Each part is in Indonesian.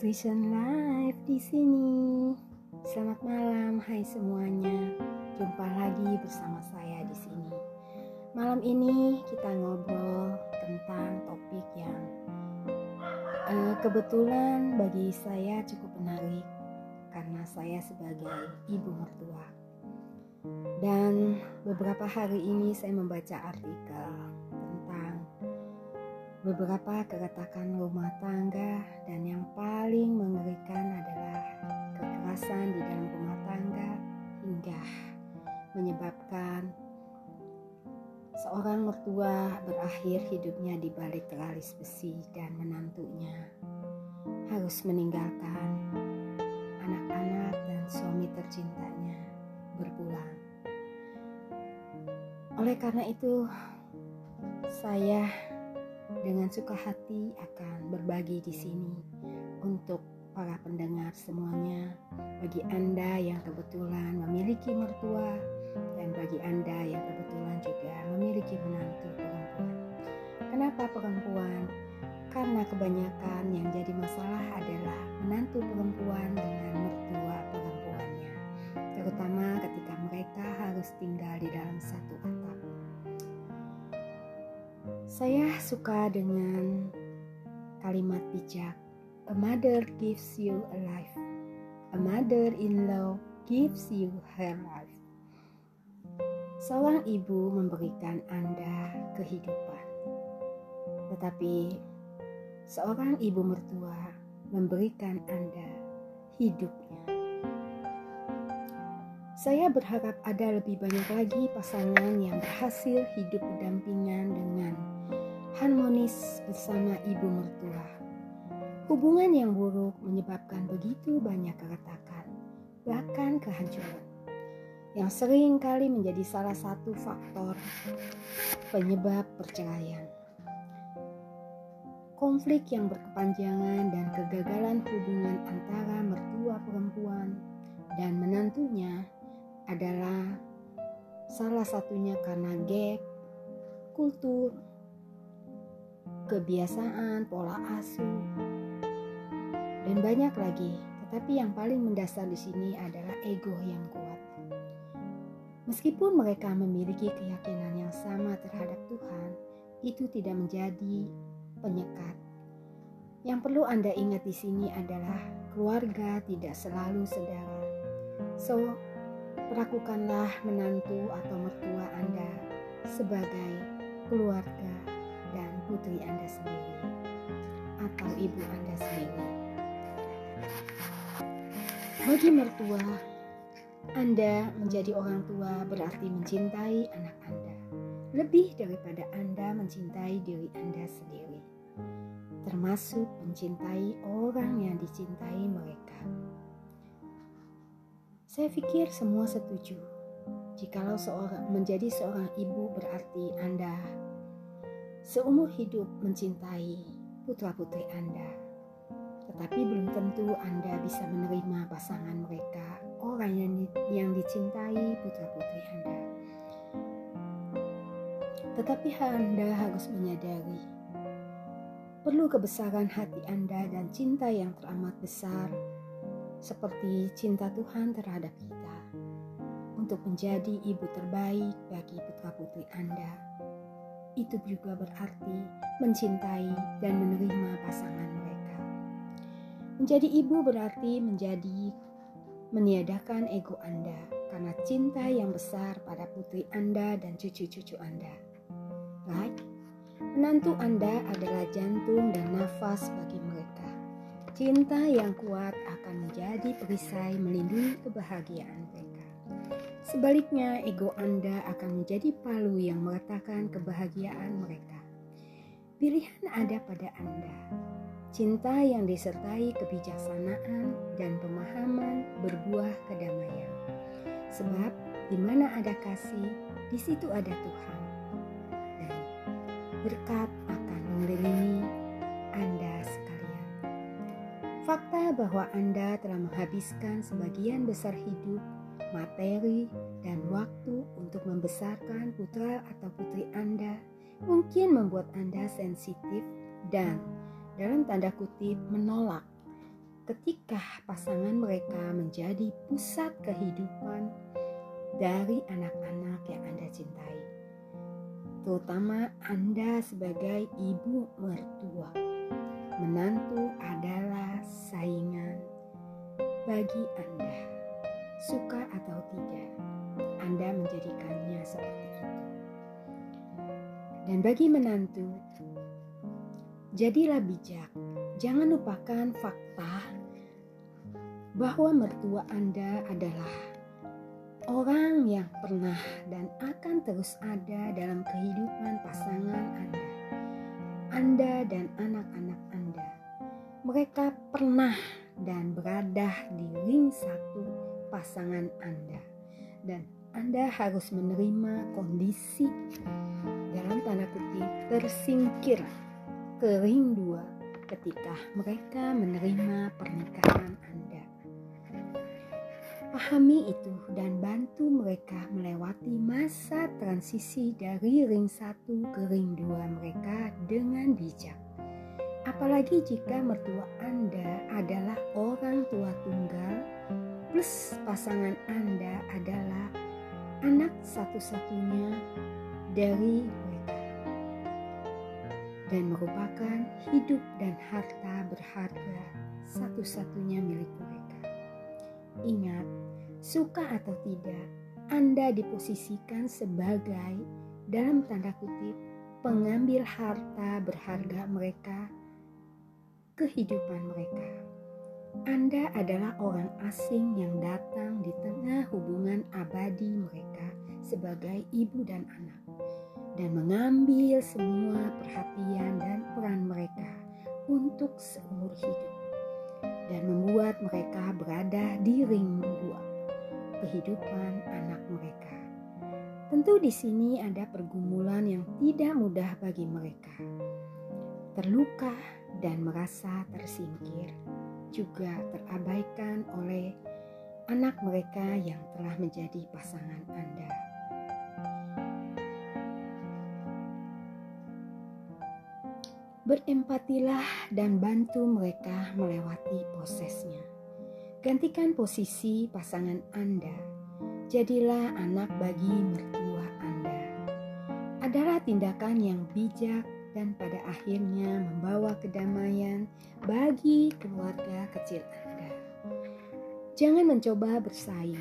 Christian Life di sini. Selamat malam, hai semuanya. Jumpa lagi bersama saya di sini. Malam ini kita ngobrol tentang topik yang kebetulan bagi saya cukup menarik karena saya sebagai ibu mertua. Dan beberapa hari ini saya membaca artikel tentang beberapa keretakan rumah tangga, dan yang paling mengerikan adalah kekerasan di dalam rumah tangga hingga menyebabkan seorang mertua berakhir hidupnya di balik teralis besi dan menantunya harus meninggalkan anak-anak dan suami tercintanya berpulang. Oleh karena itu, saya dengan suka hati akan berbagi di sini untuk para pendengar semuanya, bagi Anda yang kebetulan memiliki mertua dan bagi Anda yang kebetulan juga memiliki menantu perempuan. Kenapa perempuan? Karena kebanyakan yang jadi masalah adalah menantu perempuan dengan mertua perempuannya, terutama ketika mereka harus tinggal di dalam satu atap. Saya suka dengan kalimat bijak, "A mother gives you a life, a mother-in-law gives you her life." Seorang ibu memberikan Anda kehidupan, tetapi seorang ibu mertua memberikan Anda hidupnya. Saya berharap ada lebih banyak lagi pasangan yang berhasil hidup berdampingan dengan harmonis bersama ibu mertua. Hubungan yang buruk menyebabkan begitu banyak keretakan, bahkan kehancuran, yang sering kali menjadi salah satu faktor penyebab perceraian. Konflik yang berkepanjangan dan kegagalan hubungan antara mertua perempuan dan menantunya adalah salah satunya karena gap, kultur, kebiasaan, pola asuh, dan banyak lagi. Tetapi yang paling mendasar di sini adalah ego yang kuat. Meskipun mereka memiliki keyakinan yang sama terhadap Tuhan, itu tidak menjadi penyekat. Yang perlu Anda ingat di sini adalah keluarga tidak selalu saudara. So, perlakukanlah menantu atau mertua Anda sebagai keluarga dan putri Anda sendiri atau ibu Anda sendiri. Bagi mertua, Anda menjadi orang tua berarti mencintai anak Anda lebih daripada Anda mencintai diri Anda sendiri, termasuk mencintai orang yang dicintai mereka. Saya pikir semua setuju. Jikalau menjadi seorang ibu berarti Anda seumur hidup mencintai putra-putri Anda. Tetapi belum tentu Anda bisa menerima pasangan mereka, orang yang dicintai putra-putri Anda. Tetapi Anda harus menyadari, perlu kebesaran hati Anda dan cinta yang teramat besar seperti cinta Tuhan terhadap kita untuk menjadi ibu terbaik bagi putra-putri Anda. Itu juga berarti mencintai dan menerima pasangan mereka. Menjadi ibu berarti meniadakan ego Anda karena cinta yang besar pada putri Anda dan cucu-cucu Anda. Right? Menantu Anda adalah jantung dan nafas bagi mereka. Cinta yang kuat akan menjadi perisai melindungi kebahagiaan mereka. Sebaliknya, ego Anda akan menjadi palu yang meratakan kebahagiaan mereka. Pilihan ada pada Anda. Cinta yang disertai kebijaksanaan dan pemahaman berbuah kedamaian. Sebab di mana ada kasih, di situ ada Tuhan. Dan berkat akan mengelilingi Anda sekalian. Fakta bahwa Anda telah menghabiskan sebagian besar hidup, materi, dan waktu untuk membesarkan putra atau putri Anda mungkin membuat Anda sensitif dan dalam tanda kutip menolak ketika pasangan mereka menjadi pusat kehidupan dari anak-anak yang Anda cintai, terutama Anda sebagai ibu mertua. Menantu adalah saingan bagi Anda, suka atau tidak, Anda menjadikannya seperti itu. Dan bagi menantu, jadilah bijak. Jangan lupakan fakta bahwa mertua Anda adalah orang yang pernah dan akan terus ada dalam kehidupan pasangan Anda dan anak-anak Anda. Mereka pernah dan berada di ring satu pasangan Anda, dan Anda harus menerima kondisi dalam tanda kutip tersingkir ke ring dua ketika mereka menerima pernikahan Anda. Pahami itu dan bantu mereka melewati masa transisi dari ring 1 ke ring 2 mereka dengan bijak. Apalagi jika mertua Anda adalah orang tua tunggal plus pasangan Anda adalah anak satu-satunya dari mereka dan merupakan hidup dan harta berharga satu-satunya milik mereka. Ingat, suka atau tidak, Anda diposisikan sebagai, dalam tanda kutip, pengambil harta berharga mereka, kehidupan mereka. Anda adalah orang asing yang datang di tengah hubungan abadi mereka sebagai ibu dan anak, dan mengambil semua perhatian dan peran mereka untuk seumur hidup, dan membuat mereka berada di ring 2 kehidupan anak mereka. Tentu di sini ada pergumulan yang tidak mudah bagi mereka. Terluka dan merasa tersingkir, juga terabaikan oleh anak mereka yang telah menjadi pasangan Anda. Berempatilah dan bantu mereka melewati prosesnya. Gantikan posisi pasangan Anda. Jadilah anak bagi mertua Anda. Adalah tindakan yang bijak dan pada akhirnya membawa kedamaian bagi keluarga kecil Anda. Jangan mencoba bersaing.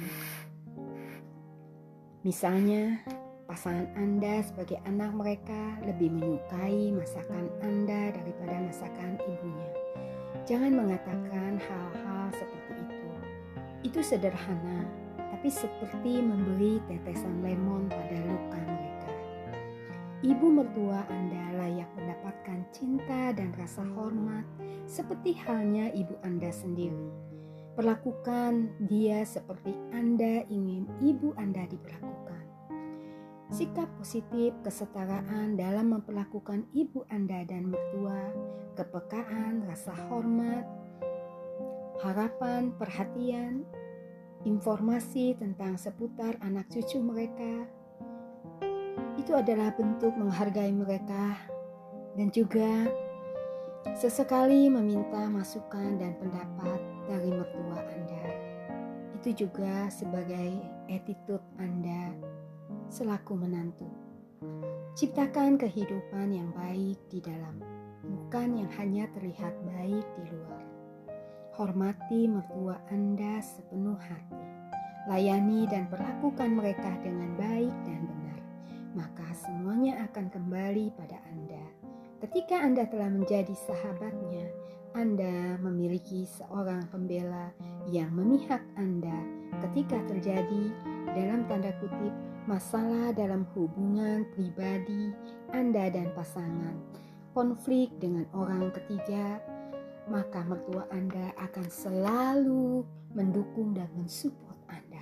Misalnya, pasangan Anda sebagai anak mereka lebih menyukai masakan Anda daripada masakan ibunya. Jangan mengatakan hal-hal seperti itu. Itu sederhana, tapi seperti memberi tetesan lemon pada luka mereka. Ibu mertua Anda layak mendapatkan cinta dan rasa hormat seperti halnya ibu Anda sendiri. Perlakukan dia seperti Anda ingin ibu Anda diperlakukan. Sikap positif kesetaraan dalam memperlakukan ibu Anda dan mertua, kepekaan, rasa hormat, harapan, perhatian, informasi tentang seputar anak cucu mereka, itu adalah bentuk menghargai mereka, dan juga sesekali meminta masukan dan pendapat dari mertua Anda. Itu juga sebagai attitude Anda selaku menantu. Ciptakan kehidupan yang baik di dalam, bukan yang hanya terlihat baik di luar. Hormati mertua Anda sepenuh hati. Layani dan perlakukan mereka dengan baik dan benar. Maka semuanya akan kembali pada Anda. Ketika Anda telah menjadi sahabatnya, Anda memiliki seorang pembela yang memihak Anda ketika terjadi dalam tanda kutip masalah dalam hubungan pribadi Anda dan pasangan, konflik dengan orang ketiga, maka mertua Anda akan selalu mendukung dan mensupport Anda.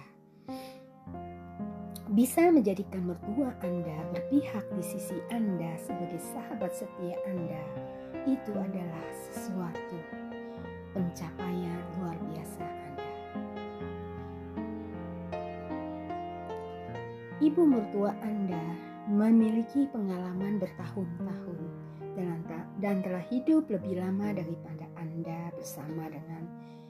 Bisa menjadikan mertua Anda berpihak di sisi Anda sebagai sahabat setia Anda, itu adalah sesuatu pencapaian luar biasa Anda. Ibu mertua Anda memiliki pengalaman bertahun-tahun dan telah hidup lebih lama daripada Anda bersama dengan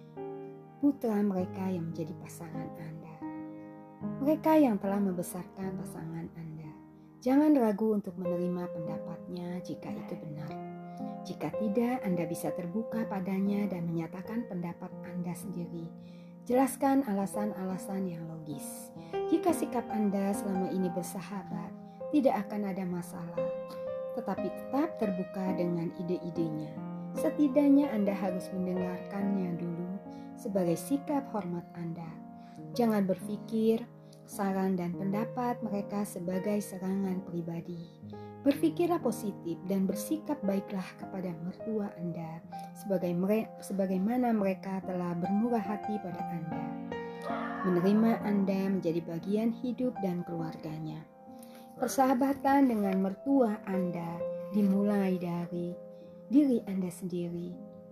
putra mereka yang menjadi pasangan Anda. Mereka yang telah membesarkan pasangan Anda. Jangan ragu untuk menerima pendapatnya jika itu benar. Jika tidak, Anda bisa terbuka padanya dan menyatakan pendapat Anda sendiri. Jelaskan alasan-alasan yang logis. Jika sikap Anda selama ini bersahabat, tidak akan ada masalah. Tetapi tetap terbuka dengan ide-idenya. Setidaknya Anda harus mendengarkannya dulu sebagai sikap hormat Anda. Jangan berpikir saran dan pendapat mereka sebagai serangan pribadi. Berpikirlah positif dan bersikap baiklah kepada mertua Anda sebagaimana mereka telah bermurah hati pada Anda. Menerima Anda menjadi bagian hidup dan keluarganya. Persahabatan dengan mertua Anda dimulai dari diri Anda sendiri.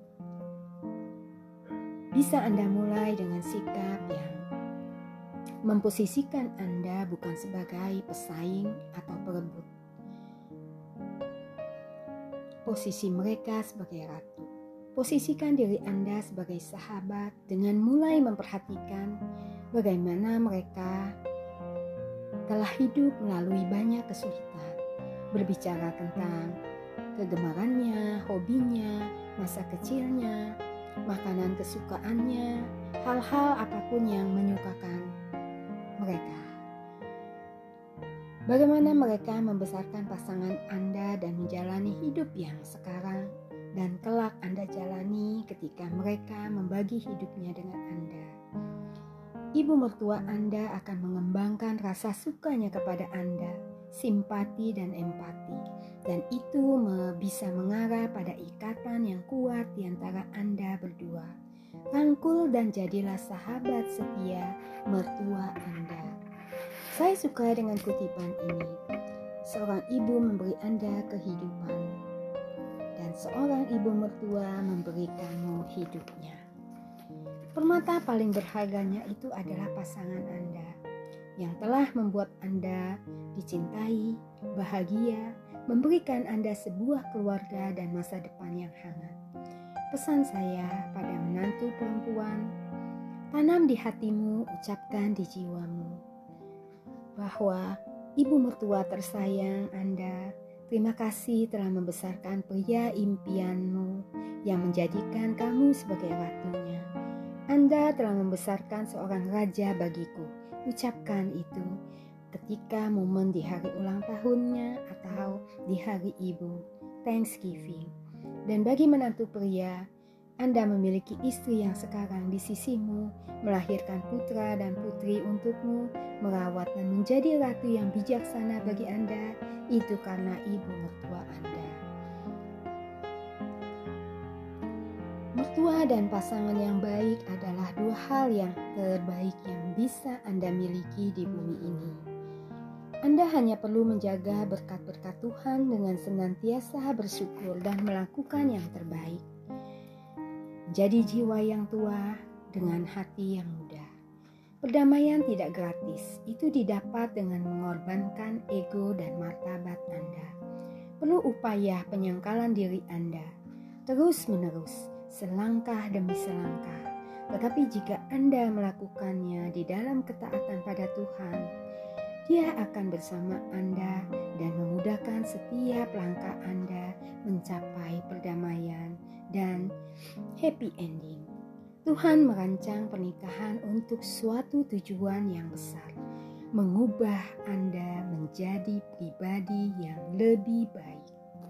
Bisa Anda mulai dengan sikap yang memposisikan Anda bukan sebagai pesaing atau perebut posisi mereka sebagai ratu. Posisikan diri Anda sebagai sahabat dengan mulai memperhatikan bagaimana mereka telah hidup melalui banyak kesulitan. Berbicara tentang kegemarannya, hobinya, masa kecilnya, makanan kesukaannya, hal-hal apapun yang menyukakan mereka. Bagaimana mereka membesarkan pasangan Anda dan menjalani hidup yang sekarang dan kelak Anda jalani ketika mereka membagi hidupnya dengan Anda. Ibu mertua Anda akan mengembangkan rasa sukanya kepada Anda, simpati dan empati, dan itu bisa mengarah pada ikatan yang kuat di antara Anda berdua. Rangkul dan jadilah sahabat setia mertua Anda. Saya suka dengan kutipan ini. Seorang ibu memberi Anda kehidupan, dan seorang ibu mertua memberikanmu hidupnya. Permata paling berharganya itu adalah pasangan Anda, yang telah membuat Anda dicintai, bahagia, memberikan Anda sebuah keluarga dan masa depan yang hangat. Pesan saya pada menantu perempuan, tanam di hatimu, ucapkan di jiwamu, bahwa ibu mertua tersayang Anda, terima kasih telah membesarkan pria impianmu yang menjadikan kamu sebagai ratunya. Anda telah membesarkan seorang raja bagiku. Ucapkan itu ketika momen di hari ulang tahunnya atau di hari ibu, Thanksgiving. Dan bagi menantu pria, Anda memiliki istri yang sekarang di sisimu, melahirkan putra dan putri untukmu, merawat dan menjadi ratu yang bijaksana bagi Anda, itu karena ibu mertua Anda. Mertua dan pasangan yang baik adalah dua hal yang terbaik yang bisa Anda miliki di bumi ini. Anda hanya perlu menjaga berkat-berkat Tuhan dengan senantiasa bersyukur dan melakukan yang terbaik. Jadi jiwa yang tua dengan hati yang muda. Perdamaian tidak gratis, itu didapat dengan mengorbankan ego dan martabat Anda. Perlu upaya penyangkalan diri Anda, terus-menerus, selangkah demi selangkah. Tetapi jika Anda melakukannya di dalam ketaatan pada Tuhan, Dia akan bersama Anda dan memudahkan setiap langkah Anda mencapai perdamaian dan happy ending. Tuhan merancang pernikahan untuk suatu tujuan yang besar, mengubah Anda menjadi pribadi yang lebih baik.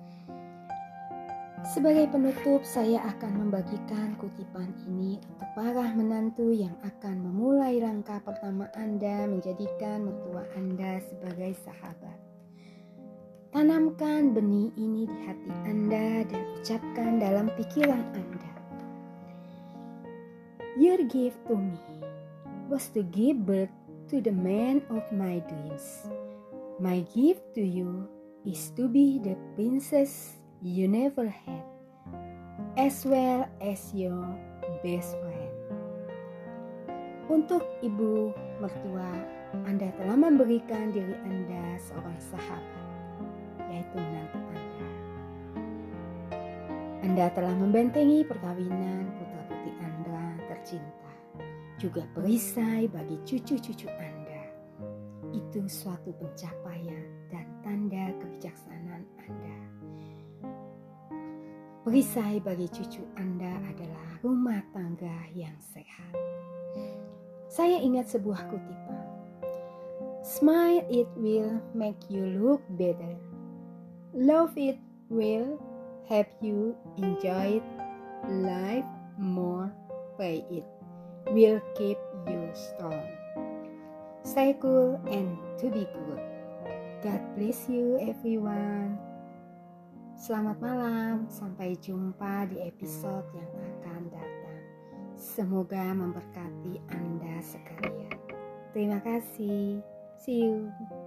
Sebagai penutup, saya akan membagikan kutipan ini untuk para menantu yang akan memulai langkah pertama Anda menjadikan mertua Anda sebagai sahabat. Tanamkan benih ini di hati Anda dan ucapkan dalam pikiran Anda. Your gift to me was to give birth to the man of my dreams. My gift to you is to be the princess you never had, as well as your best friend. Untuk ibu mertua, Anda telah memberikan diri Anda seorang sahabat, yaitu menantu Anda. Anda telah membentengi perkawinan putra-putri Anda tercinta. juga perisai bagi cucu-cucu Anda. Itu suatu pencapaian dan tanda kebijaksanaan Anda. Perisai bagi cucu Anda adalah rumah tangga yang sehat. Saya ingat sebuah kutipan. Smile, it will make you look better. Love, it will help you enjoy life more. Pray, it will keep you strong. Stay cool and to be good. God bless you everyone. Selamat malam, sampai jumpa di episode yang akan datang. Semoga memberkati Anda sekalian. Terima kasih. See you.